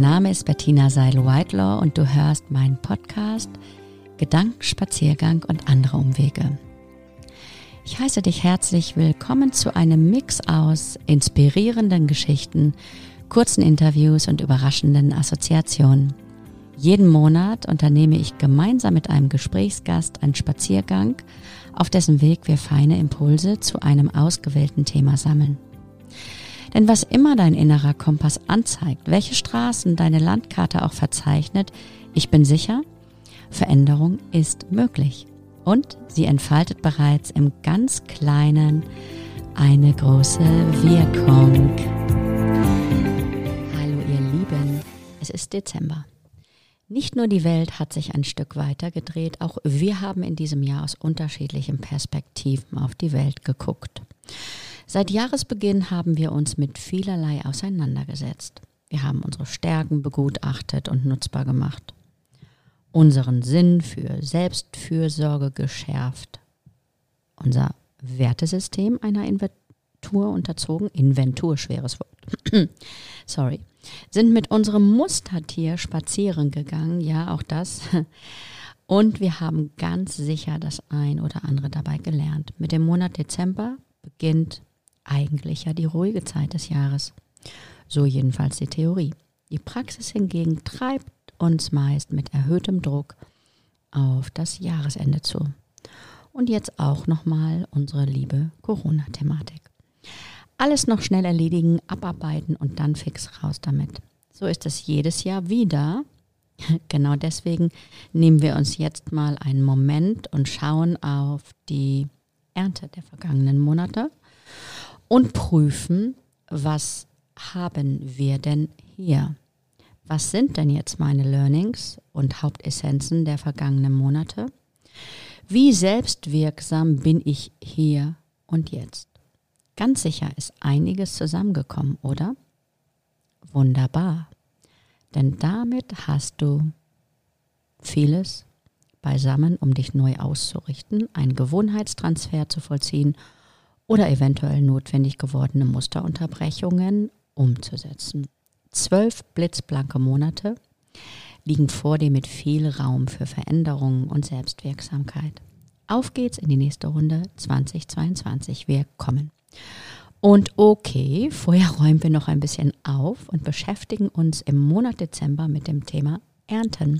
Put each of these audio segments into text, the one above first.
Name ist Bettina Seidel-Whitelaw und du hörst meinen Podcast Gedankenspaziergang und andere Umwege. Ich heiße dich herzlich willkommen zu einem Mix aus inspirierenden Geschichten, kurzen Interviews und überraschenden Assoziationen. Jeden Monat unternehme ich gemeinsam mit einem Gesprächsgast einen Spaziergang, auf dessen Weg wir feine Impulse zu einem ausgewählten Thema sammeln. Denn was immer dein innerer Kompass anzeigt, welche Straßen deine Landkarte auch verzeichnet, ich bin sicher, Veränderung ist möglich. Und sie entfaltet bereits im ganz Kleinen eine große Wirkung. Hallo ihr Lieben, es ist Dezember. Nicht nur die Welt hat sich ein Stück weiter gedreht, auch wir haben in diesem Jahr aus unterschiedlichen Perspektiven auf die Welt geguckt. Seit Jahresbeginn haben wir uns mit vielerlei auseinandergesetzt. Wir haben unsere Stärken begutachtet und nutzbar gemacht, unseren Sinn für Selbstfürsorge geschärft, unser Wertesystem einer Inventur unterzogen, Inventur, schweres Wort, sind mit unserem Mustertier spazieren gegangen, ja auch das, und wir haben ganz sicher das ein oder andere dabei gelernt. Mit dem Monat Dezember beginnt eigentlich ja die ruhige Zeit des Jahres. So jedenfalls die Theorie. Die Praxis hingegen treibt uns meist mit erhöhtem Druck auf das Jahresende zu. Und jetzt auch nochmal unsere liebe Corona-Thematik. Alles noch schnell erledigen, abarbeiten und dann fix raus damit. So ist es jedes Jahr wieder. Genau deswegen nehmen wir uns jetzt mal einen Moment und schauen auf die Ernte der vergangenen Monate und prüfen, was haben wir denn hier? Was sind denn jetzt meine Learnings und Hauptessenzen der vergangenen Monate? Wie selbstwirksam bin ich hier und jetzt? Ganz sicher ist einiges zusammengekommen, oder? Wunderbar. Denn damit hast du vieles beisammen, um dich neu auszurichten, einen Gewohnheitstransfer zu vollziehen oder eventuell notwendig gewordene Musterunterbrechungen umzusetzen. 12 blitzblanke Monate liegen vor dir mit viel Raum für Veränderungen und Selbstwirksamkeit. Auf geht's in die nächste Runde 2022. Wir kommen. Und okay, vorher räumen wir noch ein bisschen auf und beschäftigen uns im Monat Dezember mit dem Thema Ernten.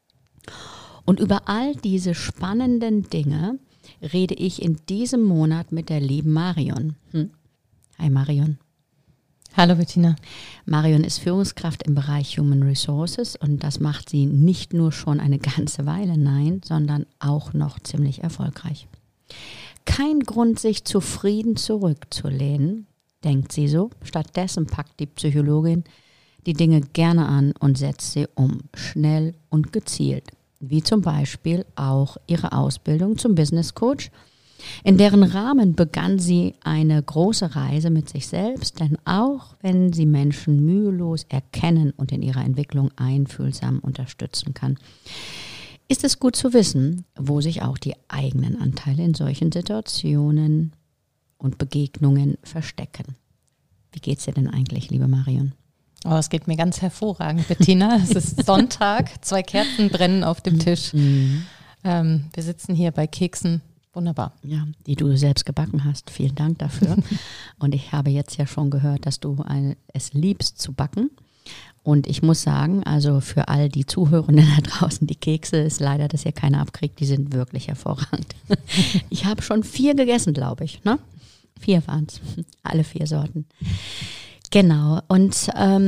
Und über all diese spannenden Dinge rede ich in diesem Monat mit der lieben Marion. Hi Marion. Hallo Bettina. Marion ist Führungskraft im Bereich Human Resources und das macht sie nicht nur schon eine ganze Weile, nein, sondern auch noch ziemlich erfolgreich. Kein Grund, sich zufrieden zurückzulehnen, denkt sie so. Stattdessen packt die Psychologin die Dinge gerne an und setzt sie um, schnell und gezielt. Wie zum Beispiel auch ihre Ausbildung zum Business Coach, in deren Rahmen begann sie eine große Reise mit sich selbst, denn auch wenn sie Menschen mühelos erkennen und in ihrer Entwicklung einfühlsam unterstützen kann, ist es gut zu wissen, wo sich auch die eigenen Anteile in solchen Situationen und Begegnungen verstecken. Wie geht's dir denn eigentlich, liebe Marion? Oh, es geht mir ganz hervorragend, Bettina. Es ist Sonntag, 2 Kerzen brennen auf dem Tisch. Wir sitzen hier bei Keksen. Wunderbar. Ja, die du selbst gebacken hast. Vielen Dank dafür. Und ich habe jetzt ja schon gehört, dass du es liebst zu backen. Und ich muss sagen, also für all die Zuhörenden da draußen, die Kekse ist leider, dass ihr keine abkriegt, die sind wirklich hervorragend. Ich habe schon 4 gegessen, glaube ich. Ne? 4 waren es. Alle 4 Sorten. Genau. Und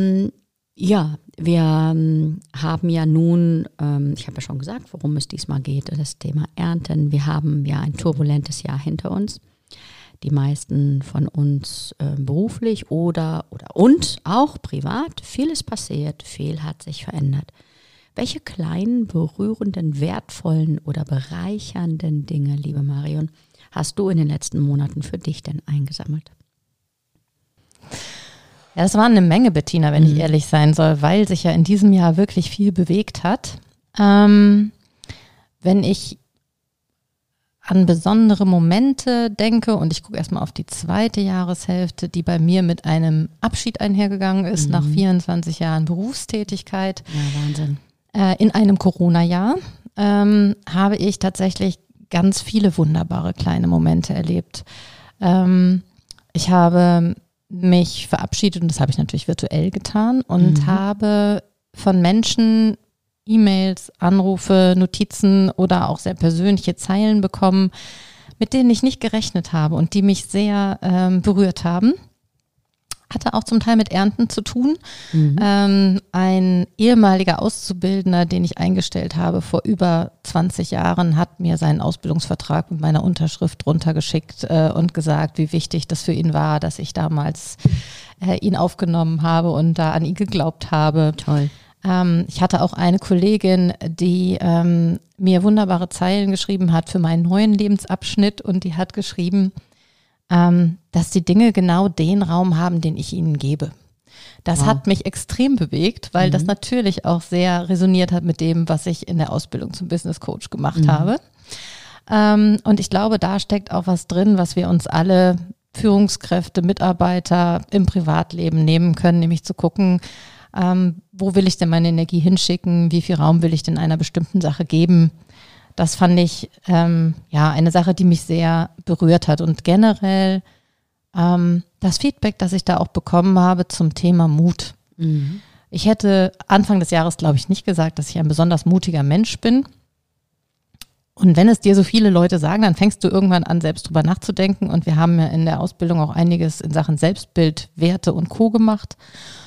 ja, wir haben ja nun, ich habe ja schon gesagt, worum es diesmal geht, das Thema Ernten. Wir haben ja ein turbulentes Jahr hinter uns. Die meisten von uns beruflich und auch privat. Viel ist passiert, viel hat sich verändert. Welche kleinen, berührenden, wertvollen oder bereichernden Dinge, liebe Marion, hast du in den letzten Monaten für dich denn eingesammelt? Ja, das waren eine Menge, Bettina, wenn ich ehrlich sein soll, weil sich ja in diesem Jahr wirklich viel bewegt hat. Wenn ich an besondere Momente denke und ich gucke erstmal auf die zweite Jahreshälfte, die bei mir mit einem Abschied einhergegangen ist, nach 24 Jahren Berufstätigkeit. Ja, Wahnsinn. In einem Corona-Jahr habe ich tatsächlich ganz viele wunderbare kleine Momente erlebt. Ich habe mich verabschiedet und das habe ich natürlich virtuell getan und habe von Menschen E-Mails, Anrufe, Notizen oder auch sehr persönliche Zeilen bekommen, mit denen ich nicht gerechnet habe und die mich sehr berührt haben. Hatte auch zum Teil mit Ernten zu tun. Ein ehemaliger Auszubildender, den ich eingestellt habe vor über 20 Jahren, hat mir seinen Ausbildungsvertrag mit meiner Unterschrift runtergeschickt und gesagt, wie wichtig das für ihn war, dass ich damals ihn aufgenommen habe und da an ihn geglaubt habe. Toll. Ich hatte auch eine Kollegin, die mir wunderbare Zeilen geschrieben hat für meinen neuen Lebensabschnitt und die hat geschrieben, dass die Dinge genau den Raum haben, den ich ihnen gebe. Das hat mich extrem bewegt, weil das natürlich auch sehr resoniert hat mit dem, was ich in der Ausbildung zum Business Coach gemacht habe. Und ich glaube, da steckt auch was drin, was wir uns alle Führungskräfte, Mitarbeiter im Privatleben nehmen können, nämlich zu gucken, wo will ich denn meine Energie hinschicken, wie viel Raum will ich denn einer bestimmten Sache geben. Das fand ich eine Sache, die mich sehr berührt hat. Und generell das Feedback, das ich da auch bekommen habe zum Thema Mut. Ich hätte Anfang des Jahres, glaube ich, nicht gesagt, dass ich ein besonders mutiger Mensch bin. Und wenn es dir so viele Leute sagen, dann fängst du irgendwann an, selbst drüber nachzudenken. Und wir haben ja in der Ausbildung auch einiges in Sachen Selbstbild, Werte und Co. gemacht.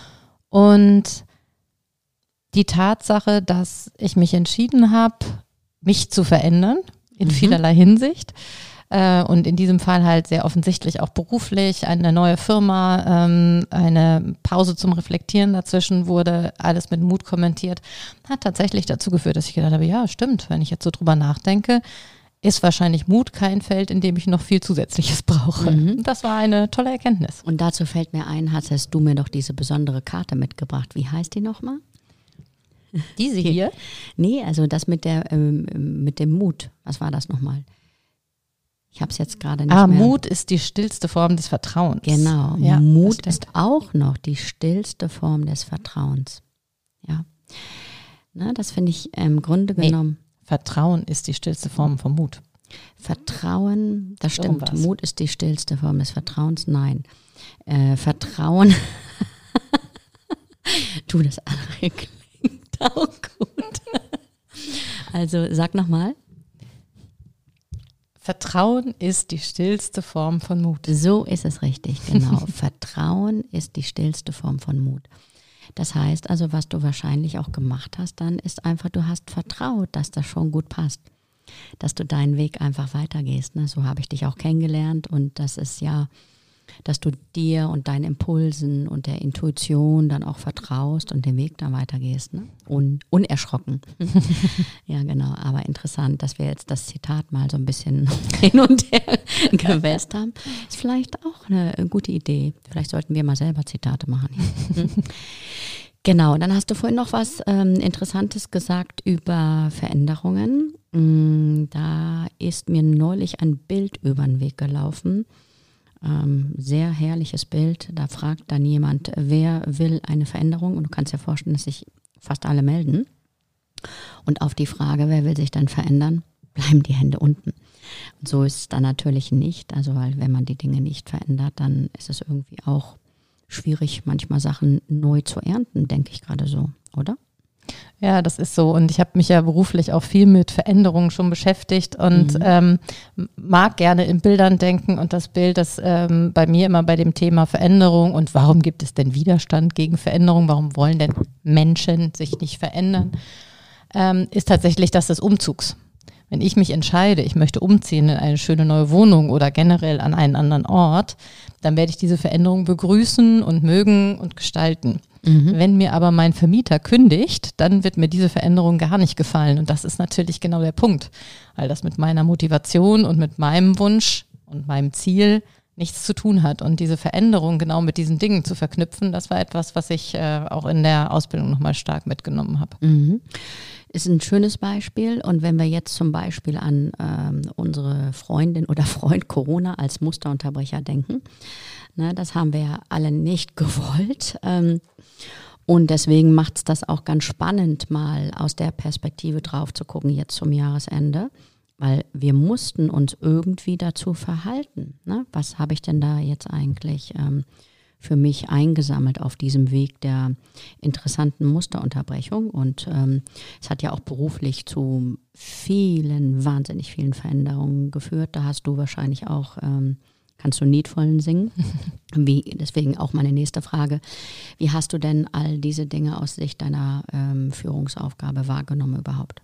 Und die Tatsache, dass ich mich entschieden habe, mich zu verändern in vielerlei Hinsicht und in diesem Fall halt sehr offensichtlich auch beruflich, eine neue Firma, eine Pause zum Reflektieren dazwischen wurde, alles mit Mut kommentiert, hat tatsächlich dazu geführt, dass ich gedacht habe, ja stimmt, wenn ich jetzt so drüber nachdenke, ist wahrscheinlich Mut kein Feld, in dem ich noch viel Zusätzliches brauche. Das war eine tolle Erkenntnis. Und dazu fällt mir ein, hattest du mir doch diese besondere Karte mitgebracht. Wie heißt die nochmal? Diese hier? Nee, also das mit dem Mut. Was war das nochmal? Ich habe es jetzt gerade nicht mehr. Mut ist die stillste Form des Vertrauens. Genau, ja, Mut ist auch noch die stillste Form des Vertrauens. Ja, na, das finde ich im Grunde genommen. Vertrauen ist die stillste Form von Mut. Vertrauen, das stimmt. Mut ist die stillste Form des Vertrauens. Nein, Vertrauen. Du, das andere klingt auch gut. Also sag nochmal. Vertrauen ist die stillste Form von Mut. So ist es richtig, genau. Vertrauen ist die stillste Form von Mut. Das heißt also, was du wahrscheinlich auch gemacht hast, dann ist einfach, du hast vertraut, dass das schon gut passt. Dass du deinen Weg einfach weitergehst. Ne? So habe ich dich auch kennengelernt und das ist ja, dass du dir und deinen Impulsen und der Intuition dann auch vertraust und den Weg dann weitergehst. Ne? Unerschrocken. Ja, genau. Aber interessant, dass wir jetzt das Zitat mal so ein bisschen hin und her gewälzt haben. Ist vielleicht auch eine gute Idee. Vielleicht sollten wir mal selber Zitate machen. Genau, dann hast du vorhin noch was Interessantes gesagt über Veränderungen. Da ist mir neulich ein Bild über den Weg gelaufen. Sehr herrliches Bild. Da fragt dann jemand, wer will eine Veränderung? Und du kannst dir vorstellen, dass sich fast alle melden. Und auf die Frage, wer will sich dann verändern, bleiben die Hände unten. Und so ist es dann natürlich nicht. Also, weil wenn man die Dinge nicht verändert, dann ist es irgendwie auch schwierig, manchmal Sachen neu zu ernten, denke ich gerade so, oder? Ja, das ist so. Und ich habe mich ja beruflich auch viel mit Veränderungen schon beschäftigt und mag gerne in Bildern denken. Und das Bild, das bei mir immer bei dem Thema Veränderung und warum gibt es denn Widerstand gegen Veränderung, warum wollen denn Menschen sich nicht verändern, ist tatsächlich das des Umzugs. Wenn ich mich entscheide, ich möchte umziehen in eine schöne neue Wohnung oder generell an einen anderen Ort, dann werde ich diese Veränderung begrüßen und mögen und gestalten. Wenn mir aber mein Vermieter kündigt, dann wird mir diese Veränderung gar nicht gefallen. Und das ist natürlich genau der Punkt, weil das mit meiner Motivation und mit meinem Wunsch und meinem Ziel nichts zu tun hat. Und diese Veränderung genau mit diesen Dingen zu verknüpfen, das war etwas, was ich auch in der Ausbildung nochmal stark mitgenommen habe. Ist ein schönes Beispiel. Und wenn wir jetzt zum Beispiel an unsere Freundin oder Freund Corona als Musterunterbrecher denken, ne, das haben wir ja alle nicht gewollt. Und deswegen macht es das auch ganz spannend, mal aus der Perspektive drauf zu gucken, jetzt zum Jahresende. Weil wir mussten uns irgendwie dazu verhalten. Ne? Was habe ich denn da jetzt eigentlich für mich eingesammelt auf diesem Weg der interessanten Musterunterbrechung? Und es hat ja auch beruflich zu wahnsinnig vielen Veränderungen geführt. Da hast du wahrscheinlich auch, kannst du Liedvollen singen? Deswegen auch meine nächste Frage. Wie hast du denn all diese Dinge aus Sicht deiner Führungsaufgabe wahrgenommen überhaupt?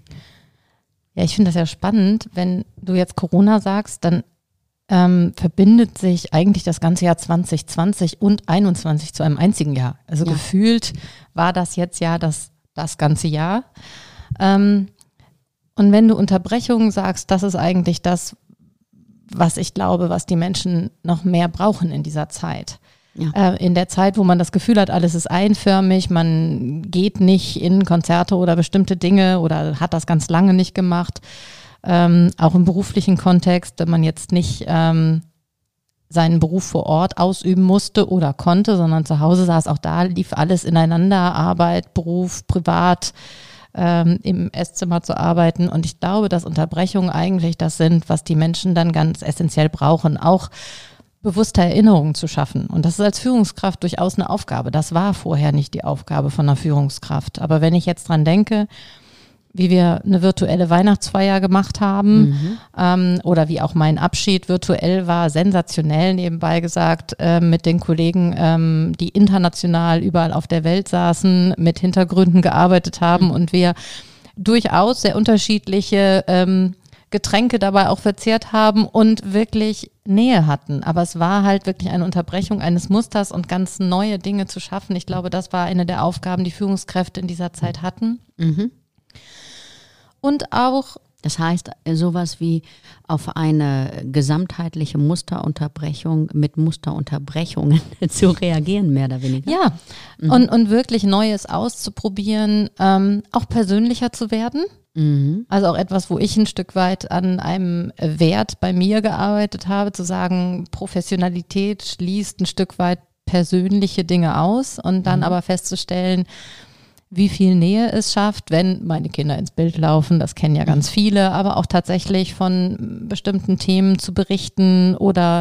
Ja, ich finde das ja spannend, wenn du jetzt Corona sagst, dann verbindet sich eigentlich das ganze Jahr 2020 und 2021 zu einem einzigen Jahr. Also gefühlt war das jetzt ja das ganze Jahr. Und wenn du Unterbrechungen sagst, das ist eigentlich das, was ich glaube, was die Menschen noch mehr brauchen in dieser Zeit. Ja. In der Zeit, wo man das Gefühl hat, alles ist einförmig, man geht nicht in Konzerte oder bestimmte Dinge oder hat das ganz lange nicht gemacht. Auch im beruflichen Kontext, wenn man jetzt nicht seinen Beruf vor Ort ausüben musste oder konnte, sondern zu Hause saß, auch da lief alles ineinander, Arbeit, Beruf, privat, im Esszimmer zu arbeiten. Und ich glaube, dass Unterbrechungen eigentlich das sind, was die Menschen dann ganz essentiell brauchen, auch bewusste Erinnerungen zu schaffen. Und das ist als Führungskraft durchaus eine Aufgabe. Das war vorher nicht die Aufgabe von einer Führungskraft. Aber wenn ich jetzt dran denke, wie wir eine virtuelle Weihnachtsfeier gemacht haben oder wie auch mein Abschied virtuell war, sensationell nebenbei gesagt, mit den Kollegen, die international überall auf der Welt saßen, mit Hintergründen gearbeitet haben und wir durchaus sehr unterschiedliche Getränke dabei auch verzehrt haben und wirklich Nähe hatten. Aber es war halt wirklich eine Unterbrechung eines Musters und ganz neue Dinge zu schaffen. Ich glaube, das war eine der Aufgaben, die Führungskräfte in dieser Zeit hatten. Und auch, das heißt, sowas wie auf eine gesamtheitliche Musterunterbrechung mit Musterunterbrechungen zu reagieren, mehr oder weniger. Ja, und wirklich Neues auszuprobieren, auch persönlicher zu werden. Also auch etwas, wo ich ein Stück weit an einem Wert bei mir gearbeitet habe, zu sagen, Professionalität schließt ein Stück weit persönliche Dinge aus und dann aber festzustellen, wie viel Nähe es schafft, wenn meine Kinder ins Bild laufen, das kennen ja ganz viele, aber auch tatsächlich von bestimmten Themen zu berichten oder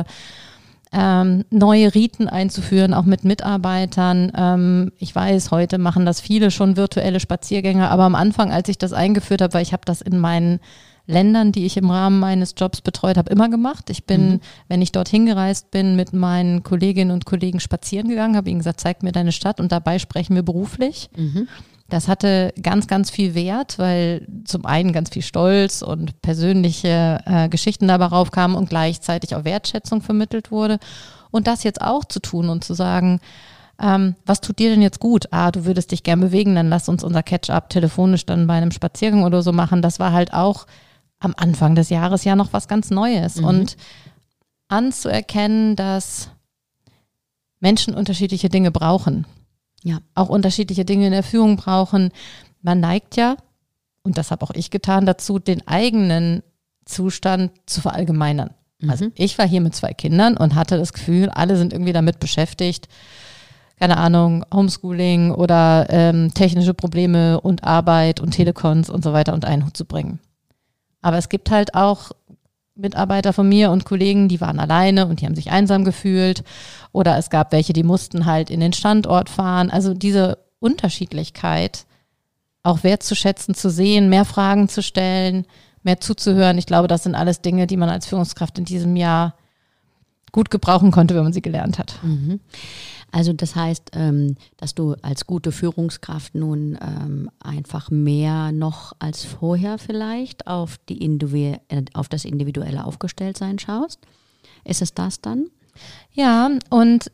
neue Riten einzuführen, auch mit Mitarbeitern. Ich weiß, heute machen das viele schon virtuelle Spaziergänge, aber am Anfang, als ich das eingeführt habe, weil ich habe das in meinen Ländern, die ich im Rahmen meines Jobs betreut habe, immer gemacht. Ich bin, wenn ich dorthin gereist bin, mit meinen Kolleginnen und Kollegen spazieren gegangen, habe ihnen gesagt, zeig mir deine Stadt und dabei sprechen wir beruflich. Das hatte ganz, ganz viel Wert, weil zum einen ganz viel Stolz und persönliche Geschichten dabei raufkamen und gleichzeitig auch Wertschätzung vermittelt wurde. Und das jetzt auch zu tun und zu sagen, was tut dir denn jetzt gut? Du würdest dich gern bewegen, dann lass uns unser Catch-up telefonisch dann bei einem Spaziergang oder so machen. Das war halt auch am Anfang des Jahres ja noch was ganz Neues. Und anzuerkennen, dass Menschen unterschiedliche Dinge brauchen. Ja. Auch unterschiedliche Dinge in der Führung brauchen. Man neigt ja, und das habe auch ich getan, dazu, den eigenen Zustand zu verallgemeinern. Also ich war hier mit 2 Kindern und hatte das Gefühl, alle sind irgendwie damit beschäftigt, keine Ahnung, Homeschooling oder technische Probleme und Arbeit und Telekons und so weiter unter einen Hut zu bringen. Aber es gibt halt auch Mitarbeiter von mir und Kollegen, die waren alleine und die haben sich einsam gefühlt. Oder es gab welche, die mussten halt in den Standort fahren. Also diese Unterschiedlichkeit auch wertzuschätzen, zu sehen, mehr Fragen zu stellen, mehr zuzuhören. Ich glaube, das sind alles Dinge, die man als Führungskraft in diesem Jahr gut gebrauchen konnte, wenn man sie gelernt hat. Also das heißt, dass du als gute Führungskraft nun einfach mehr noch als vorher vielleicht auf das individuelle Aufgestelltsein schaust. Ist es das dann? Ja, und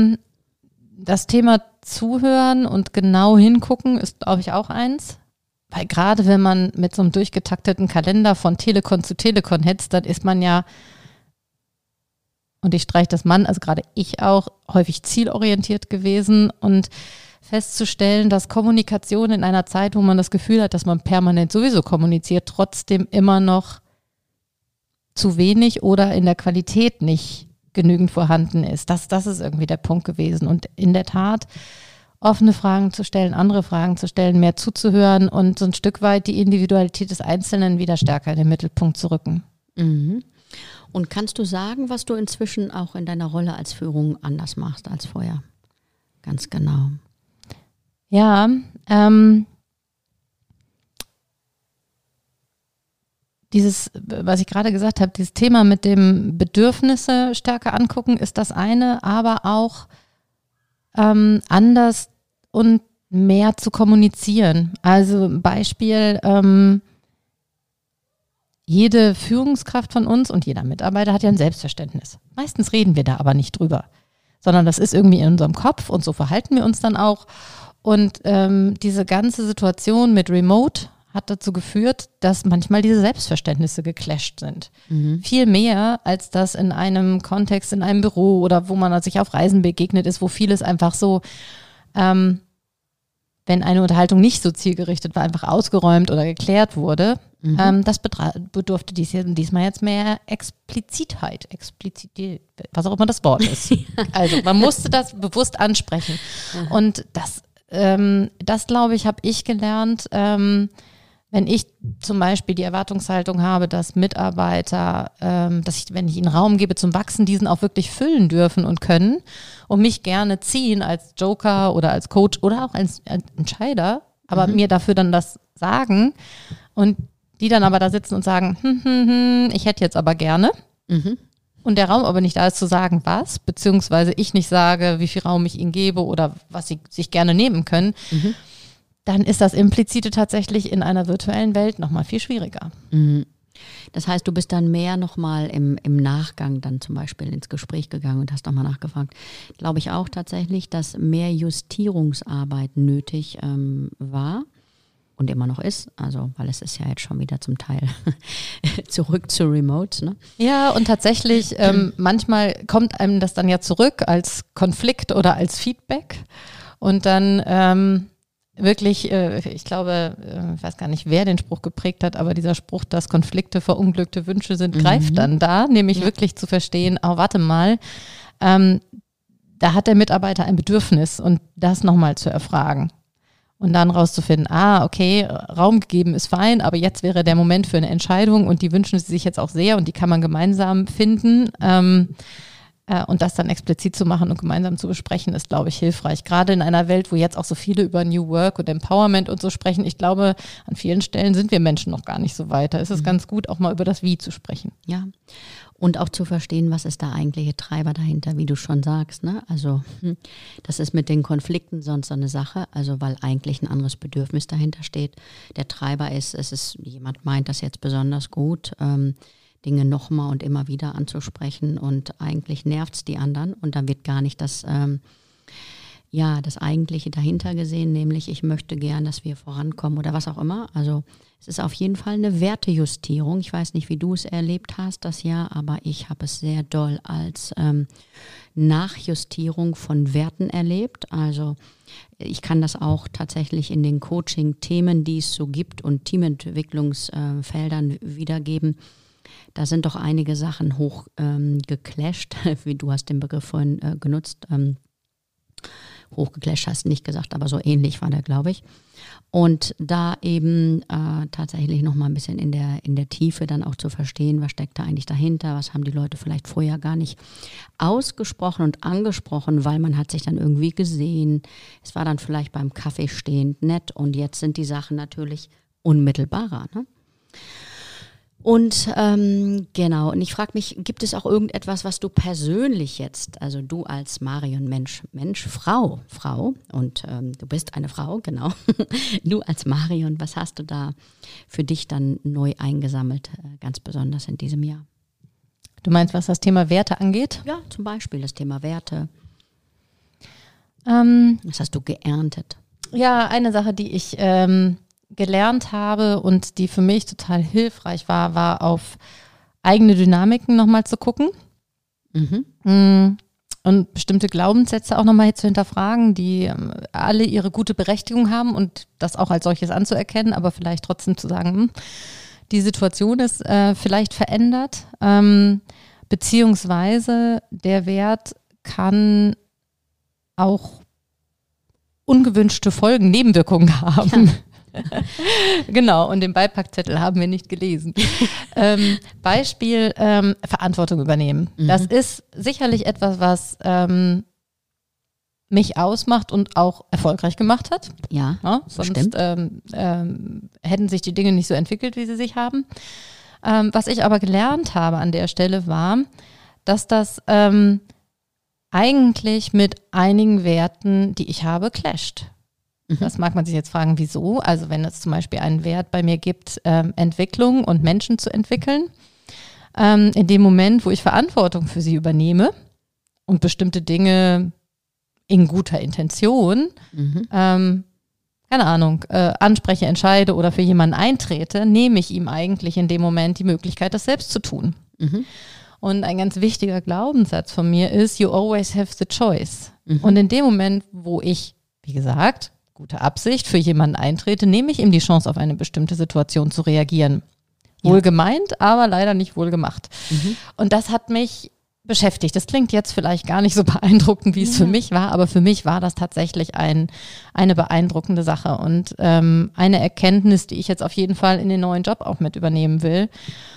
das Thema Zuhören und genau hingucken ist, glaube ich, auch eins. Weil gerade wenn man mit so einem durchgetakteten Kalender von Telekon zu Telekon hetzt, dann ist man ja, und ich streiche das Mann, also gerade ich auch, häufig zielorientiert gewesen und festzustellen, dass Kommunikation in einer Zeit, wo man das Gefühl hat, dass man permanent sowieso kommuniziert, trotzdem immer noch zu wenig oder in der Qualität nicht genügend vorhanden ist. Das ist irgendwie der Punkt gewesen. Und in der Tat offene Fragen zu stellen, andere Fragen zu stellen, mehr zuzuhören und so ein Stück weit die Individualität des Einzelnen wieder stärker in den Mittelpunkt zu rücken. Mhm. Und kannst du sagen, was du inzwischen auch in deiner Rolle als Führung anders machst als vorher? Ganz genau. Ja, dieses, was ich gerade gesagt habe, dieses Thema mit dem Bedürfnisse stärker angucken, ist das eine, aber auch anders und mehr zu kommunizieren. Also Beispiel, jede Führungskraft von uns und jeder Mitarbeiter hat ja ein Selbstverständnis. Meistens reden wir da aber nicht drüber, sondern das ist irgendwie in unserem Kopf und so verhalten wir uns dann auch. Und diese ganze Situation mit Remote hat dazu geführt, dass manchmal diese Selbstverständnisse geclasht sind. Mhm. Viel mehr, als das in einem Kontext, in einem Büro oder wo man sich auf Reisen begegnet ist, wo vieles einfach so, wenn eine Unterhaltung nicht so zielgerichtet war, einfach ausgeräumt oder geklärt wurde. Mhm. Das bedurfte diesmal jetzt mehr Explizitheit, was auch immer das Wort ist. Also man musste das bewusst ansprechen. Mhm. Und das glaube ich, habe ich gelernt, wenn ich zum Beispiel die Erwartungshaltung habe, dass Mitarbeiter, wenn ich ihnen Raum gebe zum Wachsen, diesen auch wirklich füllen dürfen und können und mich gerne ziehen als Joker oder als Coach oder auch als Entscheider, aber mir dafür dann das sagen und die dann aber da sitzen und sagen, ich hätte jetzt aber gerne. Mhm. Und der Raum aber nicht da ist zu sagen, was, beziehungsweise ich nicht sage, wie viel Raum ich ihnen gebe oder was sie sich gerne nehmen können, dann ist das Implizite tatsächlich in einer virtuellen Welt nochmal viel schwieriger. Mhm. Das heißt, du bist dann mehr nochmal im Nachgang dann zum Beispiel ins Gespräch gegangen und hast nochmal nachgefragt. Glaube ich auch tatsächlich, dass mehr Justierungsarbeit nötig war und immer noch ist, also weil es ist ja jetzt schon wieder zum Teil zurück zu Remote. Ne? Ja, und tatsächlich manchmal kommt einem das dann ja zurück als Konflikt oder als Feedback und dann wirklich, ich glaube, ich weiß gar nicht, wer den Spruch geprägt hat, aber dieser Spruch, dass Konflikte verunglückte Wünsche sind, greift dann da, nämlich wirklich zu verstehen, warte mal, da hat der Mitarbeiter ein Bedürfnis und das nochmal zu erfragen. Und dann rauszufinden, okay, Raum gegeben ist fein, aber jetzt wäre der Moment für eine Entscheidung und die wünschen sie sich jetzt auch sehr und die kann man gemeinsam finden. Und das dann explizit zu machen und gemeinsam zu besprechen, ist, glaube ich, hilfreich. Gerade in einer Welt, wo jetzt auch so viele über New Work und Empowerment und so sprechen. Ich glaube, an vielen Stellen sind wir Menschen noch gar nicht so weit. Da ist es ganz gut, auch mal über das Wie zu sprechen. Ja, und auch zu verstehen, was ist der eigentliche Treiber dahinter, wie du schon sagst. Ne? Also das ist mit den Konflikten sonst so eine Sache, also weil eigentlich ein anderes Bedürfnis dahinter steht. Der Treiber ist, jemand meint das jetzt besonders gut, Dinge nochmal und immer wieder anzusprechen und eigentlich nervt es die anderen und dann wird gar nicht das Eigentliche dahinter gesehen, nämlich ich möchte gern, dass wir vorankommen oder was auch immer. Also es ist auf jeden Fall eine Wertejustierung. Ich weiß nicht, wie du es erlebt hast, das Jahr, aber ich habe es sehr doll als Nachjustierung von Werten erlebt. Also ich kann das auch tatsächlich in den Coaching-Themen, die es so gibt und Teamentwicklungsfeldern wiedergeben. Da sind doch einige Sachen hoch geclasht, wie du hast den Begriff vorhin genutzt. Hochgeclasht hast du nicht gesagt, aber so ähnlich war der, glaube ich. Und da eben tatsächlich nochmal ein bisschen in der Tiefe dann auch zu verstehen, was steckt da eigentlich dahinter, was haben die Leute vielleicht vorher gar nicht ausgesprochen und angesprochen, weil man hat sich dann irgendwie gesehen. Es war dann vielleicht beim Kaffee stehend nett und jetzt sind die Sachen natürlich unmittelbarer, ne? Und genau, und ich frage mich, gibt es auch irgendetwas, was du persönlich jetzt, also du als Marion Mensch, Frau und du bist eine Frau, genau, du als Marion, was hast du da für dich dann neu eingesammelt, ganz besonders in diesem Jahr? Du meinst, was das Thema Werte angeht? Ja, zum Beispiel das Thema Werte. Was hast du geerntet? Ja, eine Sache, die ich gelernt habe und die für mich total hilfreich war auf eigene Dynamiken nochmal zu gucken. und bestimmte Glaubenssätze auch nochmal zu hinterfragen, die alle ihre gute Berechtigung haben und das auch als solches anzuerkennen, aber vielleicht trotzdem zu sagen, die Situation ist vielleicht verändert, beziehungsweise der Wert kann auch ungewünschte Folgen, Nebenwirkungen haben. Ja. Genau, und den Beipackzettel haben wir nicht gelesen. Beispiel, Verantwortung übernehmen. Das ist sicherlich etwas, was mich ausmacht und auch erfolgreich gemacht hat. Ja, sonst hätten sich die Dinge nicht so entwickelt, wie sie sich haben. Was ich aber gelernt habe an der Stelle war, dass das eigentlich mit einigen Werten, die ich habe, clasht. Das mag man sich jetzt fragen, wieso? Also wenn es zum Beispiel einen Wert bei mir gibt, Entwicklung und Menschen zu entwickeln, in dem Moment, wo ich Verantwortung für sie übernehme und bestimmte Dinge in guter Intention, keine Ahnung, anspreche, entscheide oder für jemanden eintrete, nehme ich ihm eigentlich in dem Moment die Möglichkeit, das selbst zu tun. Und ein ganz wichtiger Glaubenssatz von mir ist, you always have the choice. Und in dem Moment, wo ich, wie gesagt, gute Absicht für jemanden eintrete, nehme ich ihm die Chance, auf eine bestimmte Situation zu reagieren. Wohl gemeint, aber leider nicht wohl gemacht. Und das hat mich beschäftigt. Das klingt jetzt vielleicht gar nicht so beeindruckend, wie es für mich war, aber für mich war das tatsächlich eine beeindruckende Sache und eine Erkenntnis, die ich jetzt auf jeden Fall in den neuen Job auch mit übernehmen will.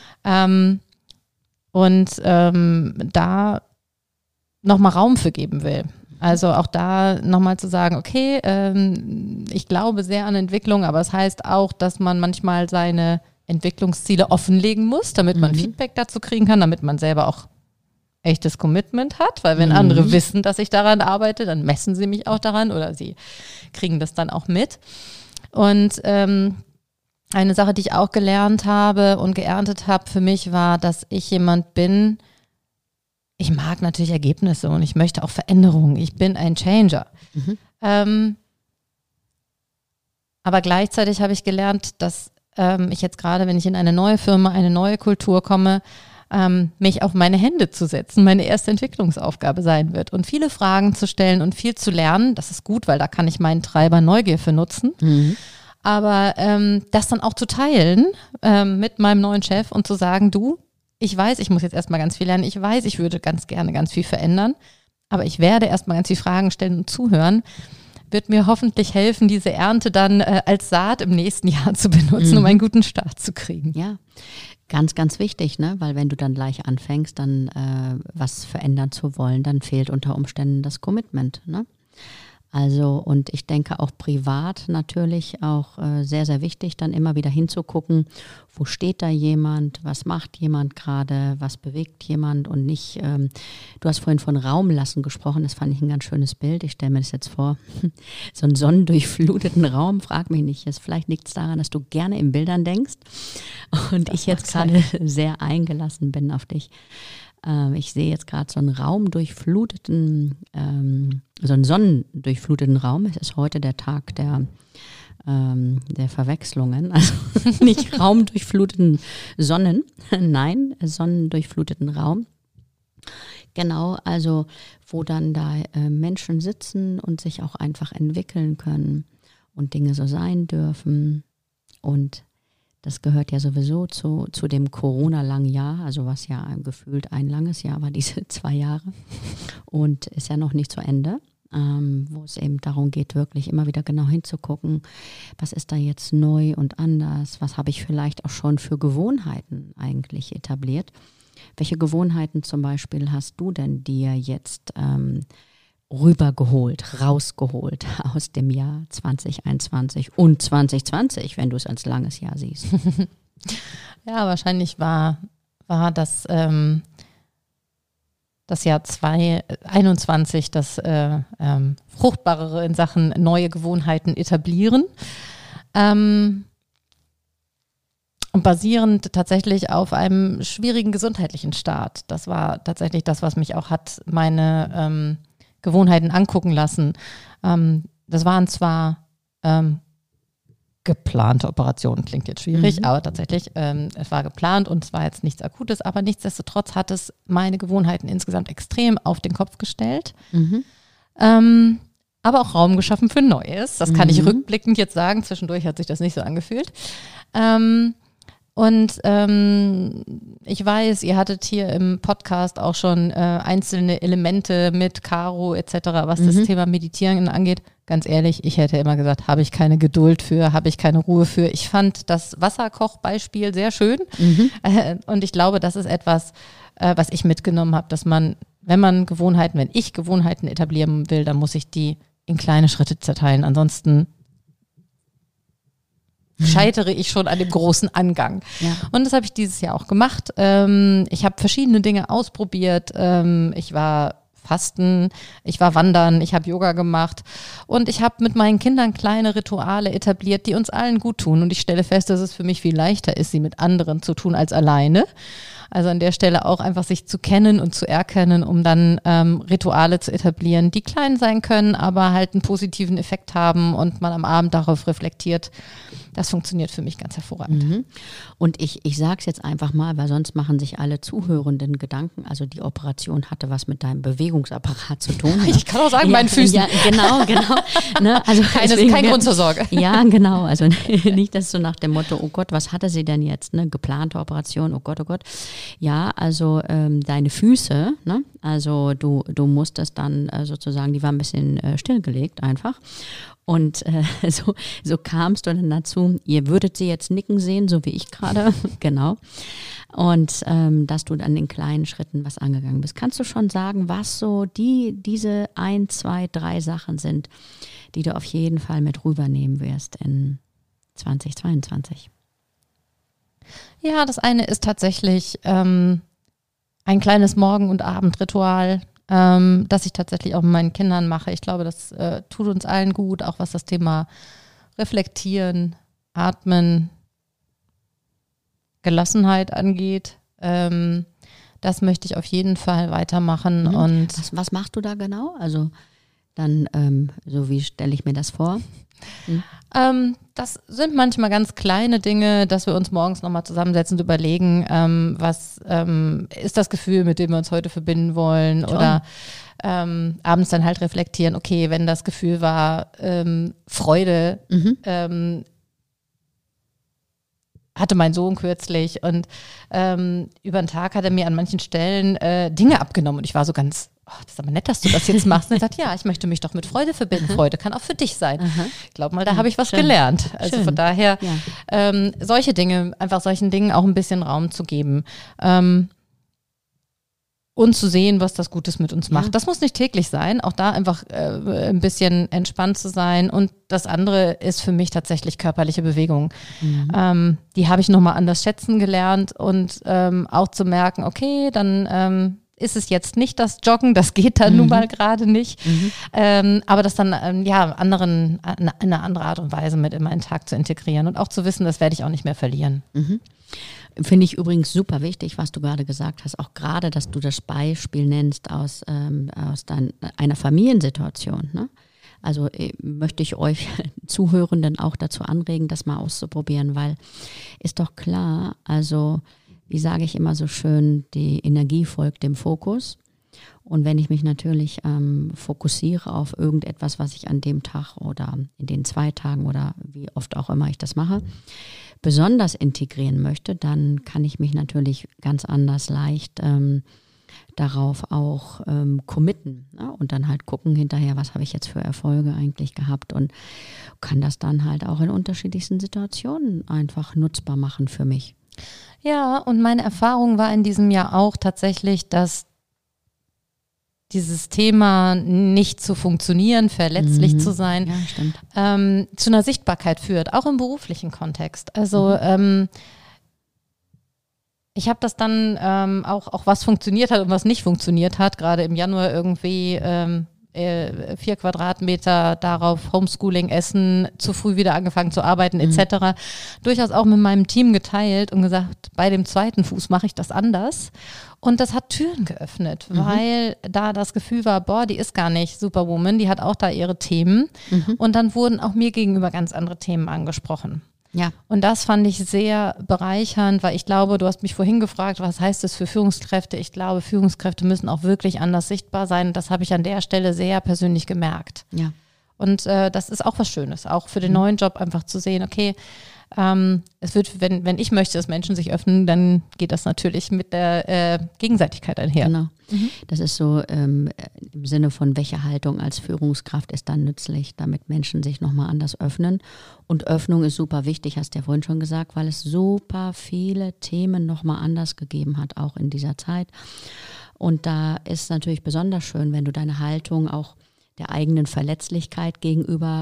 Da nochmal Raum für geben will. Also auch da nochmal zu sagen, okay, ich glaube sehr an Entwicklung, aber es heißt auch, dass man manchmal seine Entwicklungsziele offenlegen muss, damit man Feedback dazu kriegen kann, damit man selber auch echtes Commitment hat, weil wenn andere wissen, dass ich daran arbeite, dann messen sie mich auch daran oder sie kriegen das dann auch mit. Und eine Sache, die ich auch gelernt habe und geerntet habe für mich war, dass ich jemand bin, ich mag natürlich Ergebnisse und ich möchte auch Veränderungen. Ich bin ein Changer. Aber gleichzeitig habe ich gelernt, dass ich jetzt gerade, wenn ich in eine neue Firma, eine neue Kultur komme, mich auf meine Hände zu setzen, meine erste Entwicklungsaufgabe sein wird. Und viele Fragen zu stellen und viel zu lernen, das ist gut, weil da kann ich meinen Treiber Neugier für nutzen. Aber das dann auch zu teilen mit meinem neuen Chef und zu sagen, du, ich weiß, ich muss jetzt erstmal ganz viel lernen, ich weiß, ich würde ganz gerne ganz viel verändern, aber ich werde erstmal ganz viele Fragen stellen und zuhören, wird mir hoffentlich helfen, diese Ernte dann als Saat im nächsten Jahr zu benutzen, um einen guten Start zu kriegen. Ja, ganz, ganz wichtig, ne? Weil wenn du dann gleich anfängst, dann was verändern zu wollen, dann fehlt unter Umständen das Commitment, ne? Also und ich denke auch privat natürlich auch sehr, sehr wichtig, dann immer wieder hinzugucken, wo steht da jemand, was macht jemand gerade, was bewegt jemand und nicht, du hast vorhin von Raum lassen gesprochen, das fand ich ein ganz schönes Bild, ich stelle mir das jetzt vor, so einen sonnendurchfluteten Raum, frag mich nicht, vielleicht liegt es daran, dass du gerne in Bildern denkst und ich jetzt gerade sehr eingelassen bin auf dich. Ich sehe jetzt gerade so einen raumdurchfluteten, so einen sonnendurchfluteten Raum. Es ist heute der Tag der Verwechslungen. Also nicht raumdurchfluteten Sonnen, nein, sonnendurchfluteten Raum. Genau, also wo dann da Menschen sitzen und sich auch einfach entwickeln können und Dinge so sein dürfen. Und das gehört ja sowieso zu dem Corona-langen Jahr, also was ja gefühlt ein langes Jahr war, diese 2 Jahre. Und ist ja noch nicht zu Ende, wo es eben darum geht, wirklich immer wieder genau hinzugucken, was ist da jetzt neu und anders, was habe ich vielleicht auch schon für Gewohnheiten eigentlich etabliert. Welche Gewohnheiten zum Beispiel hast du denn dir jetzt rausgeholt aus dem Jahr 2021 und 2020, wenn du es als langes Jahr siehst? Ja, wahrscheinlich war das Jahr 2021 das fruchtbarere in Sachen neue Gewohnheiten etablieren. Und basierend tatsächlich auf einem schwierigen gesundheitlichen Start. Das war tatsächlich das, was mich auch hat meine Gewohnheiten angucken lassen. Das waren zwar geplante Operation. Klingt jetzt schwierig, aber tatsächlich, es war geplant und es war jetzt nichts Akutes, aber nichtsdestotrotz hat es meine Gewohnheiten insgesamt extrem auf den Kopf gestellt. Aber auch Raum geschaffen für Neues. Das kann ich rückblickend jetzt sagen. Zwischendurch hat sich das nicht so angefühlt. Ich weiß, ihr hattet hier im Podcast auch schon einzelne Elemente mit Caro etc., was das Thema Meditieren angeht. Ganz ehrlich, ich hätte immer gesagt, habe ich keine Geduld für, habe ich keine Ruhe für. Ich fand das Wasserkochbeispiel sehr schön. Und ich glaube, das ist etwas, was ich mitgenommen habe, dass man, wenn ich Gewohnheiten etablieren will, dann muss ich die in kleine Schritte zerteilen. Ansonsten scheitere ich schon an dem großen Angang. Ja. Und das habe ich dieses Jahr auch gemacht. Ich habe verschiedene Dinge ausprobiert. Ich war Fasten, ich war wandern, ich habe Yoga gemacht und ich habe mit meinen Kindern kleine Rituale etabliert, die uns allen gut tun. Und ich stelle fest, dass es für mich viel leichter ist, sie mit anderen zu tun als alleine. Also an der Stelle auch einfach sich zu kennen und zu erkennen, um dann Rituale zu etablieren, die klein sein können, aber halt einen positiven Effekt haben und man am Abend darauf reflektiert. Das funktioniert für mich ganz hervorragend. Und ich sage es jetzt einfach mal, weil sonst machen sich alle Zuhörenden Gedanken. Also die Operation hatte was mit deinem Bewegungsapparat zu tun. Ich kann auch sagen, meinen Füßen. Ja, genau. Ne? Also kein Grund zur Sorge. Ja, genau. Also nicht, dass so nach dem Motto, oh Gott, was hatte sie denn jetzt? Ne? Geplante Operation, oh Gott, oh Gott. Ja, also deine Füße, ne? Also du musstest dann sozusagen, die waren ein bisschen stillgelegt einfach. Und so kamst du dann dazu, ihr würdet sie jetzt nicken sehen, so wie ich gerade, genau. Und dass du dann in kleinen Schritten was angegangen bist. Kannst du schon sagen, was so diese 1, 2, 3 Sachen sind, die du auf jeden Fall mit rübernehmen wirst in 2022? Ja, das eine ist tatsächlich ein kleines Morgen- und Abendritual, das ich tatsächlich auch mit meinen Kindern mache. Ich glaube, das tut uns allen gut, auch was das Thema Reflektieren, Atmen, Gelassenheit angeht. Das möchte ich auf jeden Fall weitermachen. Und was machst du da genau? Also dann, so wie stelle ich mir das vor? Das sind manchmal ganz kleine Dinge, dass wir uns morgens nochmal zusammensetzen und überlegen, was ist das Gefühl, mit dem wir uns heute verbinden wollen. Toll. Oder abends dann halt reflektieren, okay, wenn das Gefühl war Freude, hatte mein Sohn kürzlich und über den Tag hat er mir an manchen Stellen Dinge abgenommen und ich war so ganz, das ist aber nett, dass du das jetzt machst. Und er sagt, ja, ich möchte mich doch mit Freude verbinden. Freude kann auch für dich sein. Ich glaube mal, da habe ich was gelernt. Also von daher, solche Dinge, einfach solchen Dingen auch ein bisschen Raum zu geben. Und zu sehen, was das Gutes mit uns macht. Das muss nicht täglich sein, auch da einfach ein bisschen entspannt zu sein. Und das andere ist für mich tatsächlich körperliche Bewegung. Die habe ich nochmal anders schätzen gelernt und auch zu merken, okay, dann ist es jetzt nicht das Joggen, das geht dann nun mal gerade nicht, aber das dann eine andere Art und Weise mit in meinen Tag zu integrieren und auch zu wissen, das werde ich auch nicht mehr verlieren. Finde ich übrigens super wichtig, was du gerade gesagt hast, auch gerade, dass du das Beispiel nennst aus einer Familiensituation. Ne? Also möchte ich euch Zuhörenden auch dazu anregen, das mal auszuprobieren, weil ist doch klar, also wie sage ich immer so schön, die Energie folgt dem Fokus. Und wenn ich mich natürlich fokussiere auf irgendetwas, was ich an dem Tag oder in den 2 Tagen oder wie oft auch immer ich das mache, besonders integrieren möchte, dann kann ich mich natürlich ganz anders leicht darauf auch committen, ne? Und dann halt gucken hinterher, was habe ich jetzt für Erfolge eigentlich gehabt und kann das dann halt auch in unterschiedlichsten Situationen einfach nutzbar machen für mich. Ja, und meine Erfahrung war in diesem Jahr auch tatsächlich, dass dieses Thema nicht zu funktionieren, verletzlich zu sein, zu einer Sichtbarkeit führt, auch im beruflichen Kontext. Also ich habe das dann auch was funktioniert hat und was nicht funktioniert hat, gerade im Januar irgendwie 4 Quadratmeter, darauf Homeschooling, Essen, zu früh wieder angefangen zu arbeiten etc. Durchaus auch mit meinem Team geteilt und gesagt, bei dem zweiten Fuß mache ich das anders. Und das hat Türen geöffnet, weil da das Gefühl war, boah, die ist gar nicht Superwoman, die hat auch da ihre Themen. Und dann wurden auch mir gegenüber ganz andere Themen angesprochen. Ja. Und das fand ich sehr bereichernd, weil ich glaube, du hast mich vorhin gefragt, was heißt das für Führungskräfte? Ich glaube, Führungskräfte müssen auch wirklich anders sichtbar sein. Das habe ich an der Stelle sehr persönlich gemerkt. Ja. Und das ist auch was Schönes, auch für den neuen Job einfach zu sehen, okay, es wird, wenn ich möchte, dass Menschen sich öffnen, dann geht das natürlich mit der Gegenseitigkeit einher. Genau. Das ist so im Sinne von, welche Haltung als Führungskraft ist dann nützlich, damit Menschen sich nochmal anders öffnen. Und Öffnung ist super wichtig, hast du ja vorhin schon gesagt, weil es super viele Themen nochmal anders gegeben hat, auch in dieser Zeit. Und da ist natürlich besonders schön, wenn du deine Haltung auch der eigenen Verletzlichkeit gegenüber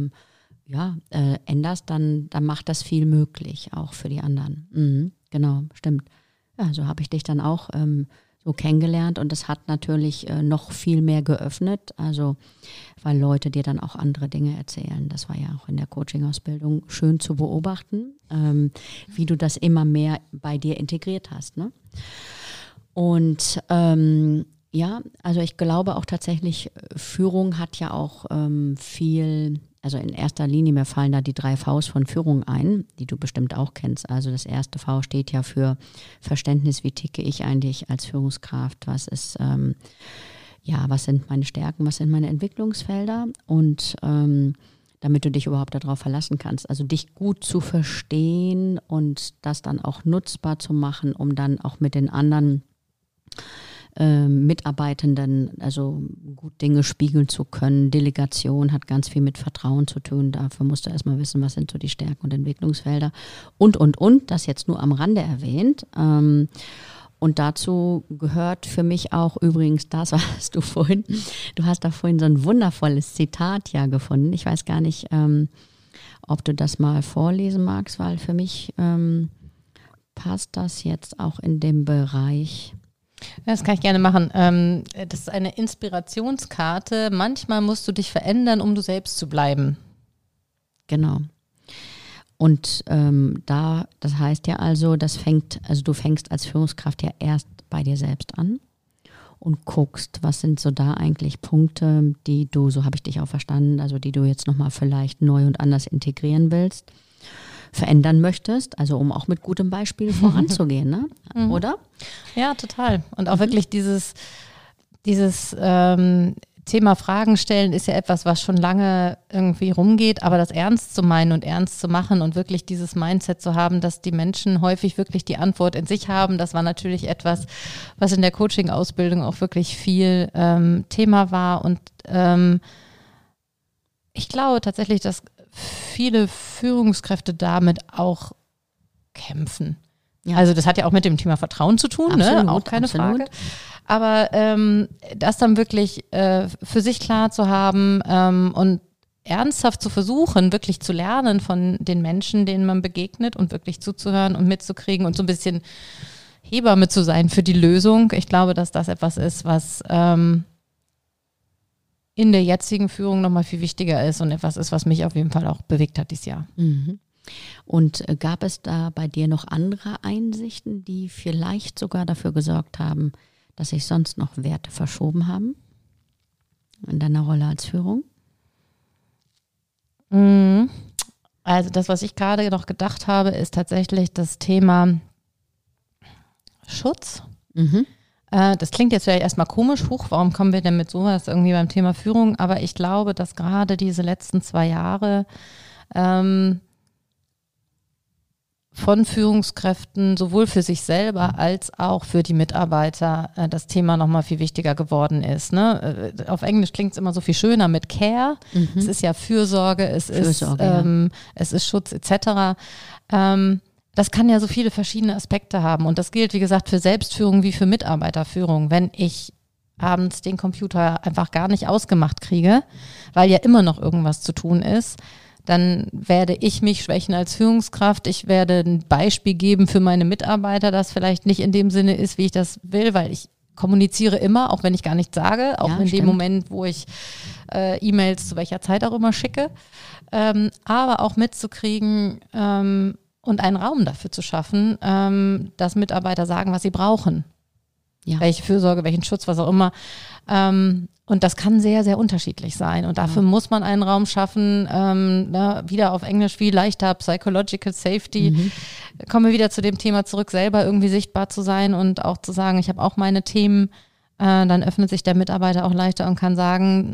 änderst, dann macht das viel möglich, auch für die anderen. Genau, stimmt. Ja, so habe ich dich dann auch so kennengelernt und das hat natürlich noch viel mehr geöffnet, also weil Leute dir dann auch andere Dinge erzählen. Das war ja auch in der Coaching-Ausbildung schön zu beobachten, wie du das immer mehr bei dir integriert hast, ne? Und ja, also ich glaube auch tatsächlich, Führung hat ja auch viel, also in erster Linie, mir fallen da die 3 Vs von Führung ein, die du bestimmt auch kennst. Also das erste V steht ja für Verständnis, wie ticke ich eigentlich als Führungskraft, was ist, was sind meine Stärken, was sind meine Entwicklungsfelder und damit du dich überhaupt darauf verlassen kannst. Also dich gut zu verstehen und das dann auch nutzbar zu machen, um dann auch mit den anderen Mitarbeitenden, also gut Dinge spiegeln zu können. Delegation hat ganz viel mit Vertrauen zu tun. Dafür musst du erstmal wissen, was sind so die Stärken und Entwicklungsfelder. Und. Das jetzt nur am Rande erwähnt. Und dazu gehört für mich auch übrigens das, was du hast da vorhin so ein wundervolles Zitat ja gefunden. Ich weiß gar nicht, ob du das mal vorlesen magst, weil für mich passt das jetzt auch in dem Bereich. Das kann ich gerne machen. Das ist eine Inspirationskarte. Manchmal musst du dich verändern, um du selbst zu bleiben. Genau. Und das heißt ja also, du fängst als Führungskraft ja erst bei dir selbst an und guckst, was sind so da eigentlich Punkte, die du, so habe ich dich auch verstanden, also die du jetzt nochmal vielleicht neu und anders integrieren willst, verändern möchtest, also um auch mit gutem Beispiel voranzugehen, ne? Oder? Ja, total. Und auch wirklich dieses Thema Fragen stellen ist ja etwas, was schon lange irgendwie rumgeht, aber das ernst zu meinen und ernst zu machen und wirklich dieses Mindset zu haben, dass die Menschen häufig wirklich die Antwort in sich haben, das war natürlich etwas, was in der Coaching-Ausbildung auch wirklich viel Thema war und ich glaube tatsächlich, dass viele Führungskräfte damit auch kämpfen. Ja. Also das hat ja auch mit dem Thema Vertrauen zu tun, absolut, ne? Auch keine Frage. Aber das dann wirklich für sich klar zu haben und ernsthaft zu versuchen, wirklich zu lernen von den Menschen, denen man begegnet und wirklich zuzuhören und mitzukriegen und so ein bisschen Hebamme zu sein für die Lösung. Ich glaube, dass das etwas ist, was in der jetzigen Führung nochmal viel wichtiger ist und etwas ist, was mich auf jeden Fall auch bewegt hat dieses Jahr. Und gab es da bei dir noch andere Einsichten, die vielleicht sogar dafür gesorgt haben, dass sich sonst noch Werte verschoben haben in deiner Rolle als Führung? Also das, was ich gerade noch gedacht habe, ist tatsächlich das Thema Schutz. Das klingt jetzt vielleicht erstmal komisch, warum kommen wir denn mit sowas irgendwie beim Thema Führung? Aber ich glaube, dass gerade diese letzten 2 Jahre von Führungskräften sowohl für sich selber als auch für die Mitarbeiter das Thema nochmal viel wichtiger geworden ist. Ne? Auf Englisch klingt es immer so viel schöner mit Care. Es ist ja Fürsorge, es ist Schutz etc. Das kann ja so viele verschiedene Aspekte haben und das gilt, wie gesagt, für Selbstführung wie für Mitarbeiterführung. Wenn ich abends den Computer einfach gar nicht ausgemacht kriege, weil ja immer noch irgendwas zu tun ist, dann werde ich mich schwächen als Führungskraft. Ich werde ein Beispiel geben für meine Mitarbeiter, das vielleicht nicht in dem Sinne ist, wie ich das will, weil ich kommuniziere immer, auch wenn ich gar nichts sage, auch Ja, in stimmt. dem Moment, wo ich E-Mails zu welcher Zeit auch immer schicke, aber auch mitzukriegen und einen Raum dafür zu schaffen, dass Mitarbeiter sagen, was sie brauchen. Ja. Welche Fürsorge, welchen Schutz, was auch immer. Und das kann sehr, sehr unterschiedlich sein. Und dafür muss man einen Raum schaffen, wieder auf Englisch wie leichter Psychological Safety. Kommen wir wieder zu dem Thema zurück, selber irgendwie sichtbar zu sein und auch zu sagen, ich habe auch meine Themen. Dann öffnet sich der Mitarbeiter auch leichter und kann sagen,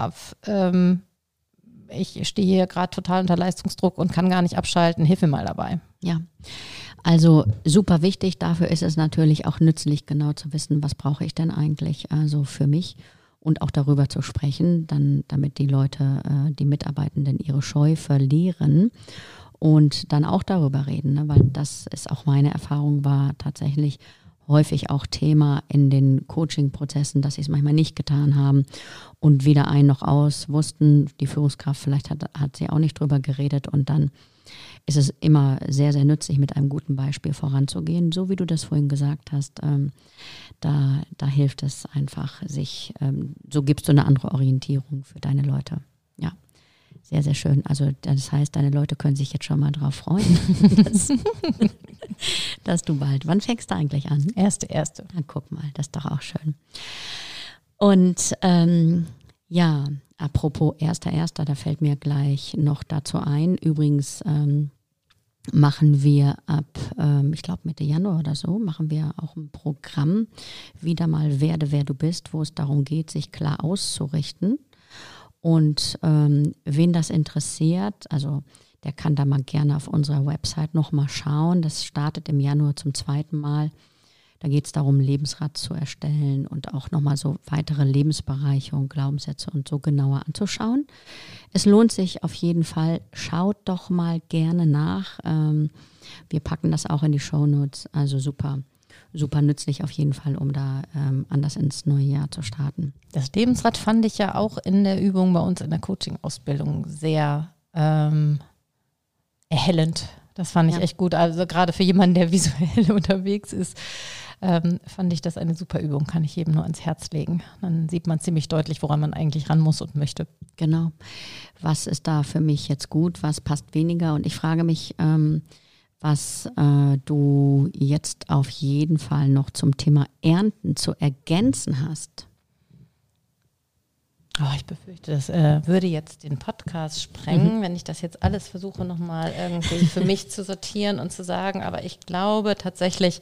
ich stehe hier gerade total unter Leistungsdruck und kann gar nicht abschalten, hilf mir mal dabei. Ja, also super wichtig. Dafür ist es natürlich auch nützlich, genau zu wissen, was brauche ich denn eigentlich also für mich und auch darüber zu sprechen, dann, damit die Leute, die Mitarbeitenden ihre Scheu verlieren und dann auch darüber reden, ne? Weil das ist auch meine Erfahrung, war tatsächlich häufig auch Thema in den Coaching-Prozessen, dass sie es manchmal nicht getan haben und weder ein noch aus wussten. Die Führungskraft vielleicht hat sie auch nicht drüber geredet und dann ist es immer sehr, sehr nützlich, mit einem guten Beispiel voranzugehen. So wie du das vorhin gesagt hast, da hilft es einfach, so gibst du eine andere Orientierung für deine Leute. Ja, sehr, sehr schön. Also das heißt, deine Leute können sich jetzt schon mal drauf freuen, dass du bald, wann fängst du eigentlich an? Erste. Na, guck mal, das ist doch auch schön. Und ja, apropos 1.1., da fällt mir gleich noch dazu ein. Übrigens machen wir ab, ich glaube Mitte Januar oder so, machen wir auch ein Programm, wieder mal Werde, wer du bist, wo es darum geht, sich klar auszurichten. Und wen das interessiert, also der kann da mal gerne auf unserer Website nochmal schauen. Das startet im Januar zum 2. Mal. Da geht es darum, Lebensrat zu erstellen und auch nochmal so weitere Lebensbereiche und Glaubenssätze und so genauer anzuschauen. Es lohnt sich auf jeden Fall. Schaut doch mal gerne nach. Wir packen das auch in die Shownotes. Also super, super nützlich auf jeden Fall, um da anders ins neue Jahr zu starten. Das Lebensrad fand ich ja auch in der Übung bei uns in der Coaching-Ausbildung sehr erhellend. Das fand ich echt gut. Also gerade für jemanden, der visuell unterwegs ist, fand ich das eine super Übung. Kann ich jedem nur ans Herz legen. Dann sieht man ziemlich deutlich, woran man eigentlich ran muss und möchte. Genau. Was ist da für mich jetzt gut? Was passt weniger? Und ich frage mich, was du jetzt auf jeden Fall noch zum Thema Ernten zu ergänzen hast. Oh, ich befürchte, das würde jetzt den Podcast sprengen, wenn ich das jetzt alles versuche, nochmal irgendwie für mich zu sortieren und zu sagen. Aber ich glaube tatsächlich,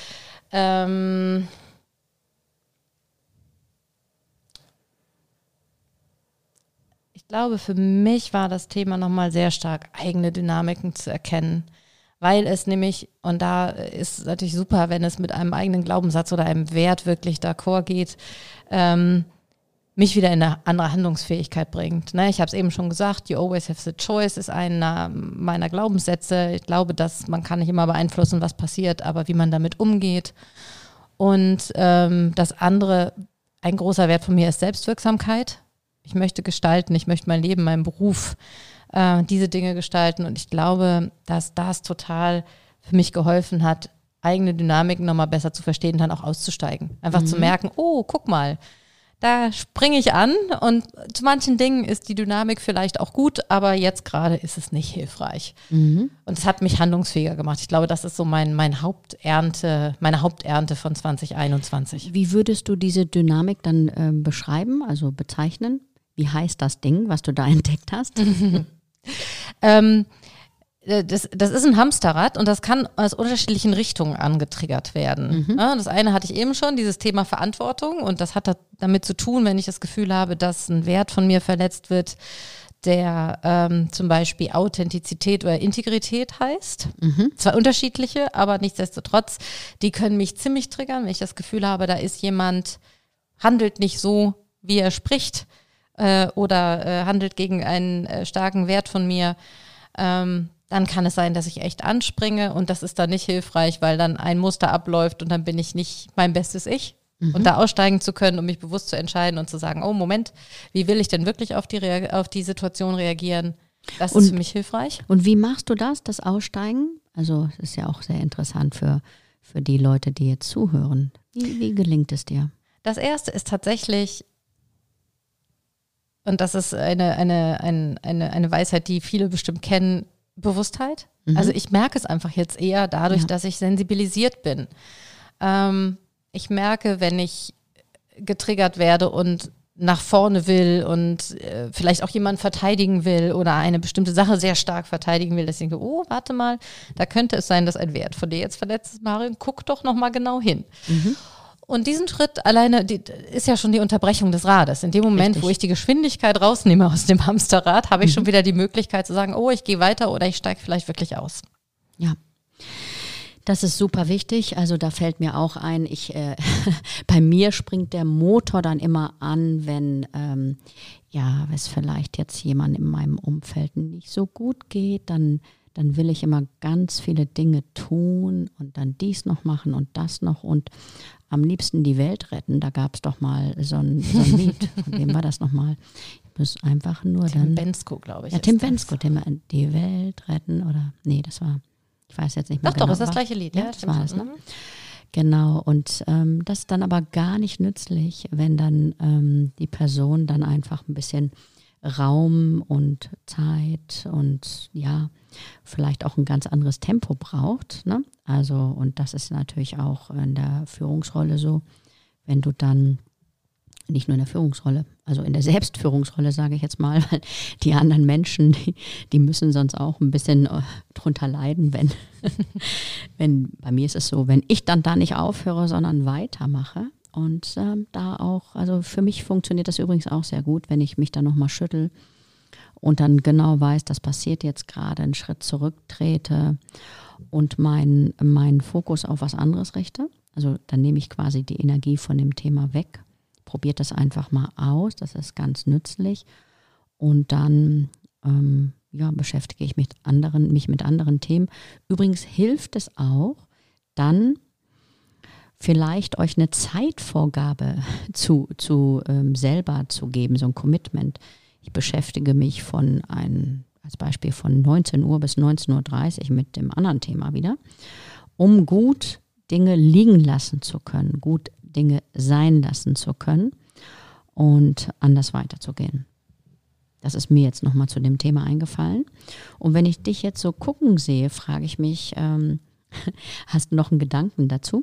ich glaube, für mich war das Thema nochmal sehr stark, eigene Dynamiken zu erkennen. Weil es nämlich, und da ist es natürlich super, wenn es mit einem eigenen Glaubenssatz oder einem Wert wirklich d'accord geht, mich wieder in eine andere Handlungsfähigkeit bringt. Ne, ich habe es eben schon gesagt, you always have the choice ist einer meiner Glaubenssätze. Ich glaube, dass man kann nicht immer beeinflussen, was passiert, aber wie man damit umgeht. Und das andere, ein großer Wert von mir ist Selbstwirksamkeit. Ich möchte gestalten, ich möchte mein Leben, meinen Beruf, diese Dinge gestalten. Und ich glaube, dass das total für mich geholfen hat, eigene Dynamiken nochmal besser zu verstehen und dann auch auszusteigen. Einfach zu merken, oh, guck mal, da springe ich an und zu manchen Dingen ist die Dynamik vielleicht auch gut, aber jetzt gerade ist es nicht hilfreich. Und es hat mich handlungsfähiger gemacht. Ich glaube, das ist so meine Haupternte von 2021. Wie würdest du diese Dynamik dann beschreiben, also bezeichnen? Wie heißt das Ding, was du da entdeckt hast? Das ist ein Hamsterrad und das kann aus unterschiedlichen Richtungen angetriggert werden. Ja, das eine hatte ich eben schon, dieses Thema Verantwortung, und das hat damit zu tun, wenn ich das Gefühl habe, dass ein Wert von mir verletzt wird, der zum Beispiel Authentizität oder Integrität heißt. Zwei unterschiedliche, aber nichtsdestotrotz, die können mich ziemlich triggern, wenn ich das Gefühl habe, da ist jemand, handelt nicht so, wie er spricht, oder handelt gegen einen starken Wert von mir, dann kann es sein, dass ich echt anspringe, und das ist dann nicht hilfreich, weil dann ein Muster abläuft und dann bin ich nicht mein bestes Ich. Und da aussteigen zu können, um mich bewusst zu entscheiden und zu sagen, oh Moment, wie will ich denn wirklich auf die Situation reagieren? Das ist für mich hilfreich. Und wie machst du das Aussteigen? Also das ist ja auch sehr interessant für die Leute, die jetzt zuhören. Wie gelingt es dir? Das erste ist tatsächlich, und das ist eine Weisheit, die viele bestimmt kennen, Bewusstheit. Also ich merke es einfach jetzt eher dadurch, dass ich sensibilisiert bin. Ich merke, wenn ich getriggert werde und nach vorne will und vielleicht auch jemanden verteidigen will oder eine bestimmte Sache sehr stark verteidigen will, dass ich denke, oh, warte mal, da könnte es sein, dass ein Wert von dir jetzt verletzt ist, Marion, guck doch nochmal genau hin. Und diesen Schritt alleine ist ja schon die Unterbrechung des Rades. In dem Moment, wo ich die Geschwindigkeit rausnehme aus dem Hamsterrad, habe ich schon wieder die Möglichkeit zu sagen, oh, ich gehe weiter oder ich steige vielleicht wirklich aus. Ja. Das ist super wichtig. Also da fällt mir auch ein, bei mir springt der Motor dann immer an, wenn es vielleicht jetzt jemand in meinem Umfeld nicht so gut geht, dann will ich immer ganz viele Dinge tun und dann dies noch machen und das noch und am liebsten die Welt retten. Da gab es doch mal so ein Lied. Von wem war das nochmal? Ich muss einfach nur Tim Bendzko, glaube ich. Ja, Tim Bendzko, die Welt retten oder, nee, das war, ich weiß jetzt nicht mehr genau. Doch, ist das gleiche Lied. Ja, das war es, ne? Genau, und das ist dann aber gar nicht nützlich, wenn dann die Person dann einfach ein bisschen Raum und Zeit und ja, vielleicht auch ein ganz anderes Tempo braucht, ne? Also, und das ist natürlich auch in der Führungsrolle so, wenn du dann nicht nur in der Führungsrolle, also in der Selbstführungsrolle, sage ich jetzt mal, weil die anderen Menschen, die müssen sonst auch ein bisschen drunter leiden, wenn bei mir ist es so, wenn ich dann da nicht aufhöre, sondern weitermache. Und da auch, also für mich funktioniert das übrigens auch sehr gut, wenn ich mich dann nochmal schüttel und dann genau weiß, das passiert jetzt gerade, einen Schritt zurücktrete und meinen Fokus auf was anderes richte. Also dann nehme ich quasi die Energie von dem Thema weg, probiert das einfach mal aus, das ist ganz nützlich und dann beschäftige ich mich mit anderen Themen. Übrigens hilft es auch, dann vielleicht euch eine Zeitvorgabe selber zu geben, so ein Commitment. Ich beschäftige mich als Beispiel von 19 Uhr bis 19.30 Uhr mit dem anderen Thema wieder, um gut Dinge liegen lassen zu können, gut Dinge sein lassen zu können und anders weiterzugehen. Das ist mir jetzt nochmal zu dem Thema eingefallen. Und wenn ich dich jetzt so gucken sehe, frage ich mich, hast du noch einen Gedanken dazu?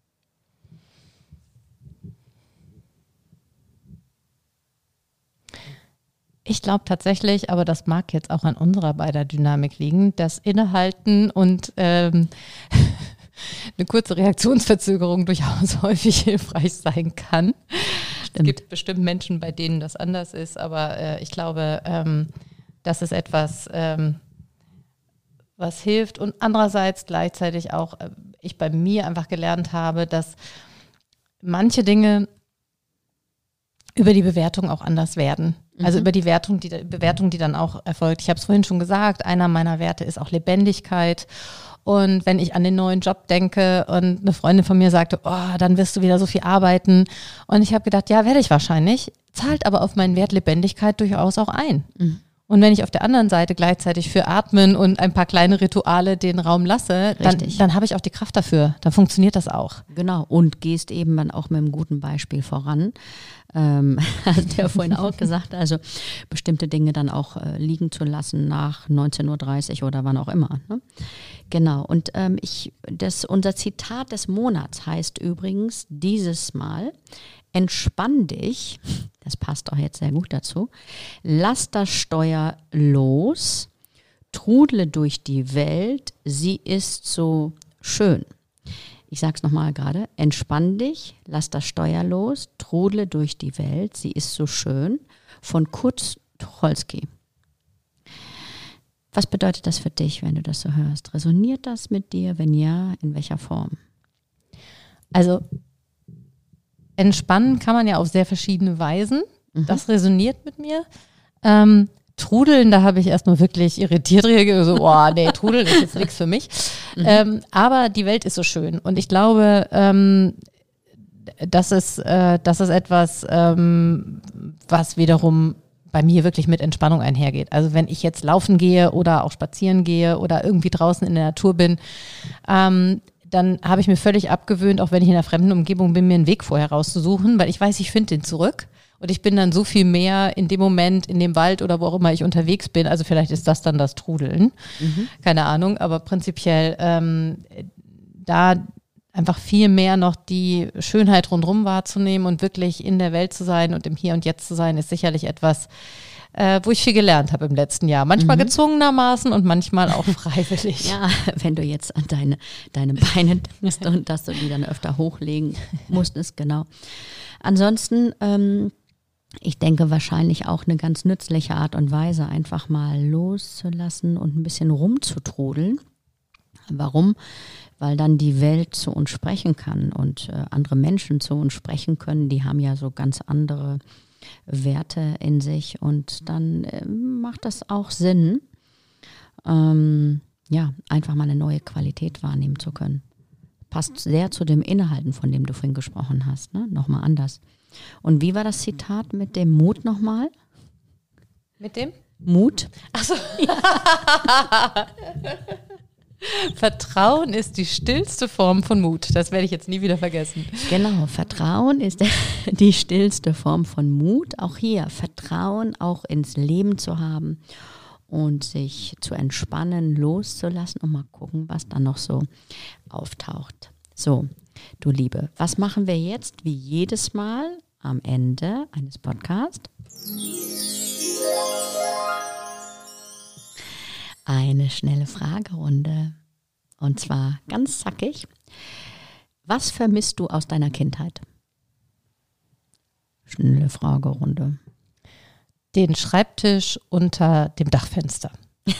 Ich glaube tatsächlich, aber das mag jetzt auch an unserer beider Dynamik liegen, dass Innehalten und eine kurze Reaktionsverzögerung durchaus häufig hilfreich sein kann. Stimmt. Es gibt bestimmt Menschen, bei denen das anders ist, aber ich glaube, das ist etwas, was hilft und andererseits gleichzeitig auch ich bei mir einfach gelernt habe, dass manche Dinge über die Bewertung auch anders werden. Also über die Bewertung, die dann auch erfolgt. Ich habe es vorhin schon gesagt, einer meiner Werte ist auch Lebendigkeit. Und wenn ich an den neuen Job denke und eine Freundin von mir sagte, oh, dann wirst du wieder so viel arbeiten. Und ich habe gedacht, ja, werde ich wahrscheinlich, zahlt aber auf meinen Wert Lebendigkeit durchaus auch ein. Und wenn ich auf der anderen Seite gleichzeitig für Atmen und ein paar kleine Rituale den Raum lasse, dann habe ich auch die Kraft dafür. Dann funktioniert das auch. Genau, und gehst eben dann auch mit einem guten Beispiel voran. Hast du ja vorhin auch gesagt, also bestimmte Dinge dann auch liegen zu lassen nach 19.30 Uhr oder wann auch immer. Ne? Genau, und unser Zitat des Monats heißt übrigens dieses Mal: Entspann dich, das passt auch jetzt sehr gut dazu, lass das Steuer los, trudle durch die Welt, sie ist so schön. Ich sage es nochmal gerade, entspann dich, lass das Steuer los, trudle durch die Welt, sie ist so schön, von Kurt Tucholsky. Was bedeutet das für dich, wenn du das so hörst? Resoniert das mit dir? Wenn ja, in welcher Form? Also entspannen kann man ja auf sehr verschiedene Weisen. Das resoniert mit mir. Trudeln, da habe ich erstmal wirklich irritiert reagiert. So, oh nee, Trudeln ist jetzt nichts für mich. Aber die Welt ist so schön. Und ich glaube, das ist etwas, was wiederum bei mir wirklich mit Entspannung einhergeht. Also wenn ich jetzt laufen gehe oder auch spazieren gehe oder irgendwie draußen in der Natur bin, dann habe ich mir völlig abgewöhnt, auch wenn ich in einer fremden Umgebung bin, mir einen Weg vorher rauszusuchen, weil ich weiß, ich finde den zurück. Und ich bin dann so viel mehr in dem Moment, in dem Wald oder wo auch immer ich unterwegs bin. Also vielleicht ist das dann das Trudeln. Keine Ahnung, aber prinzipiell da einfach viel mehr noch die Schönheit rundherum wahrzunehmen und wirklich in der Welt zu sein und im Hier und Jetzt zu sein, ist sicherlich etwas, wo ich viel gelernt habe im letzten Jahr. Manchmal gezwungenermaßen und manchmal auch freiwillig. Ja, wenn du jetzt an deine Beine denkst und dass du die dann öfter hochlegen musstest, genau. Ansonsten, ich denke wahrscheinlich auch eine ganz nützliche Art und Weise, einfach mal loszulassen und ein bisschen rumzutrudeln. Warum? Weil dann die Welt zu uns sprechen kann und andere Menschen zu uns sprechen können. Die haben ja so ganz andere Werte in sich und dann macht das auch Sinn, einfach mal eine neue Qualität wahrnehmen zu können. Passt sehr zu dem Innehalten, von dem du vorhin gesprochen hast, ne? Nochmal anders. Und wie war das Zitat mit dem Mut nochmal? Mit dem? Mut? Achso. Vertrauen ist die stillste Form von Mut. Das werde ich jetzt nie wieder vergessen. Genau, Vertrauen ist die stillste Form von Mut. Auch hier Vertrauen auch ins Leben zu haben und sich zu entspannen, loszulassen und mal gucken, was dann noch so auftaucht. So, du Liebe, was machen wir jetzt wie jedes Mal am Ende eines Podcasts? Eine schnelle Fragerunde. Und zwar ganz zackig. Was vermisst du aus deiner Kindheit? Schnelle Fragerunde. Den Schreibtisch unter dem Dachfenster.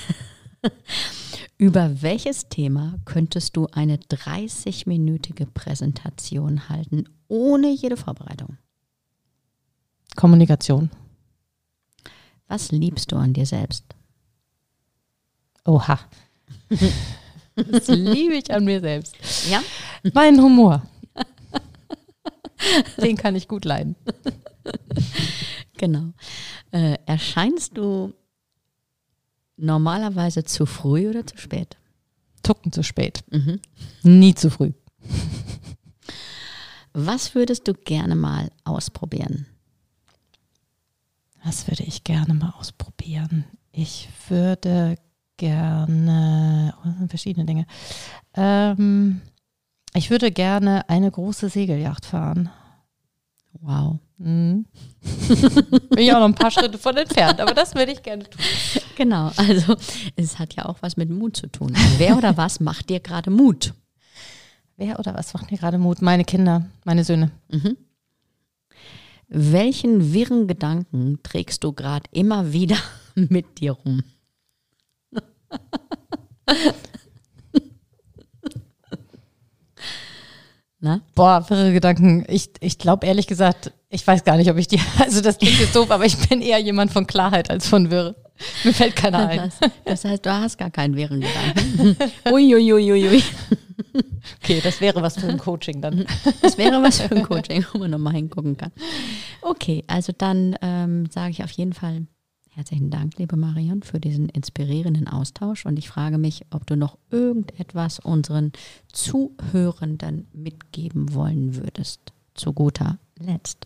Über welches Thema könntest du eine 30-minütige Präsentation halten, ohne jede Vorbereitung? Kommunikation. Was liebst du an dir selbst? Oha. Das liebe ich an mir selbst. Ja? Mein Humor. Den kann ich gut leiden. Genau. Erscheinst du normalerweise zu früh oder zu spät? Tucken zu spät. Nie zu früh. Was würdest du gerne mal ausprobieren? Was würde ich gerne mal ausprobieren? Ich würde gerne, verschiedene Dinge. Ich würde gerne eine große Segelyacht fahren. Wow. Bin ich auch noch ein paar Schritte von entfernt, aber das würde ich gerne tun. Genau, also es hat ja auch was mit Mut zu tun. Wer oder was macht dir gerade Mut? Wer oder was macht mir gerade Mut? Meine Kinder, meine Söhne. Welchen wirren Gedanken trägst du gerade immer wieder mit dir rum? Na? Boah, wirre Gedanken. Ich glaube ehrlich gesagt, ich weiß gar nicht, ob ich die, also das klingt jetzt doof, aber ich bin eher jemand von Klarheit als von Wirre. Mir fällt keiner ein. Das heißt, du hast gar keinen wirren Gedanken. Uiuiuiui. Okay, das wäre was für ein Coaching dann. Das wäre was für ein Coaching, wo man nochmal hingucken kann. Okay, also dann sage ich auf jeden Fall herzlichen Dank, liebe Marion, für diesen inspirierenden Austausch. Und ich frage mich, ob du noch irgendetwas unseren Zuhörenden mitgeben wollen würdest. Zu guter Letzt.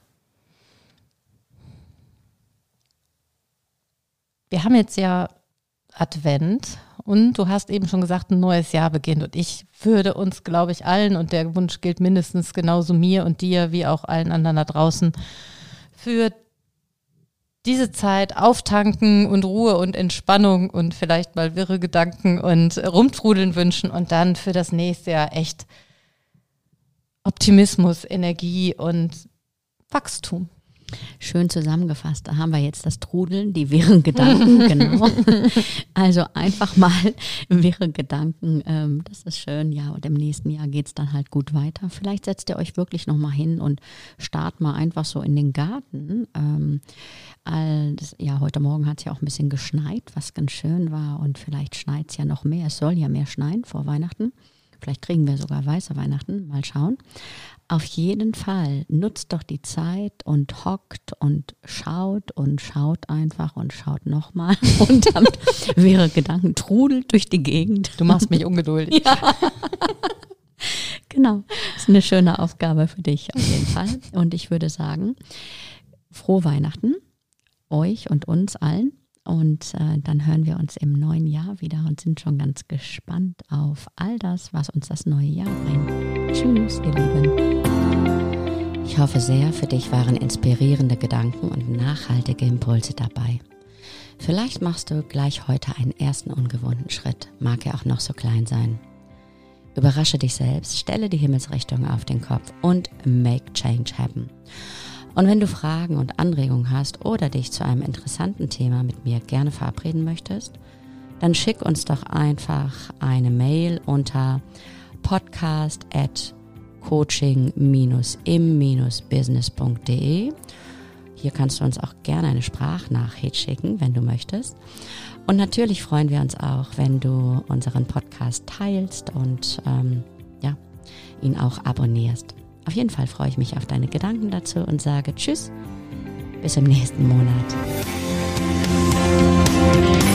Wir haben jetzt ja Advent und du hast eben schon gesagt, ein neues Jahr beginnt. Und ich würde uns, glaube ich, allen, und der Wunsch gilt mindestens genauso mir und dir, wie auch allen anderen da draußen, für diese Zeit auftanken und Ruhe und Entspannung und vielleicht mal wirre Gedanken und rumtrudeln wünschen und dann für das nächste Jahr echt Optimismus, Energie und Wachstum. Schön zusammengefasst, da haben wir jetzt das Trudeln, die wirren Gedanken, genau. Also einfach mal wirre Gedanken, das ist schön, ja, und im nächsten Jahr geht es dann halt gut weiter. Vielleicht setzt ihr euch wirklich nochmal hin und startet mal einfach so in den Garten. Heute Morgen hat es ja auch ein bisschen geschneit, was ganz schön war und vielleicht schneit es ja noch mehr, es soll ja mehr schneien vor Weihnachten. Vielleicht kriegen wir sogar weiße Weihnachten, mal schauen. Auf jeden Fall nutzt doch die Zeit und hockt und schaut einfach und schaut nochmal und damit wirre Gedanken trudelt durch die Gegend. Du machst mich ungeduldig. Ja. Genau, das ist eine schöne Aufgabe für dich auf jeden Fall. Und ich würde sagen, frohe Weihnachten euch und uns allen. Und dann hören wir uns im neuen Jahr wieder und sind schon ganz gespannt auf all das, was uns das neue Jahr bringt. Tschüss, ihr Lieben. Ich hoffe sehr, für dich waren inspirierende Gedanken und nachhaltige Impulse dabei. Vielleicht machst du gleich heute einen ersten ungewohnten Schritt, mag er auch noch so klein sein. Überrasche dich selbst, stelle die Himmelsrichtung auf den Kopf und make change happen. Und wenn du Fragen und Anregungen hast oder dich zu einem interessanten Thema mit mir gerne verabreden möchtest, dann schick uns doch einfach eine Mail unter podcast@coaching-im-business.de. Hier kannst du uns auch gerne eine Sprachnachricht schicken, wenn du möchtest. Und natürlich freuen wir uns auch, wenn du unseren Podcast teilst und ihn auch abonnierst. Auf jeden Fall freue ich mich auf deine Gedanken dazu und sage Tschüss, bis im nächsten Monat.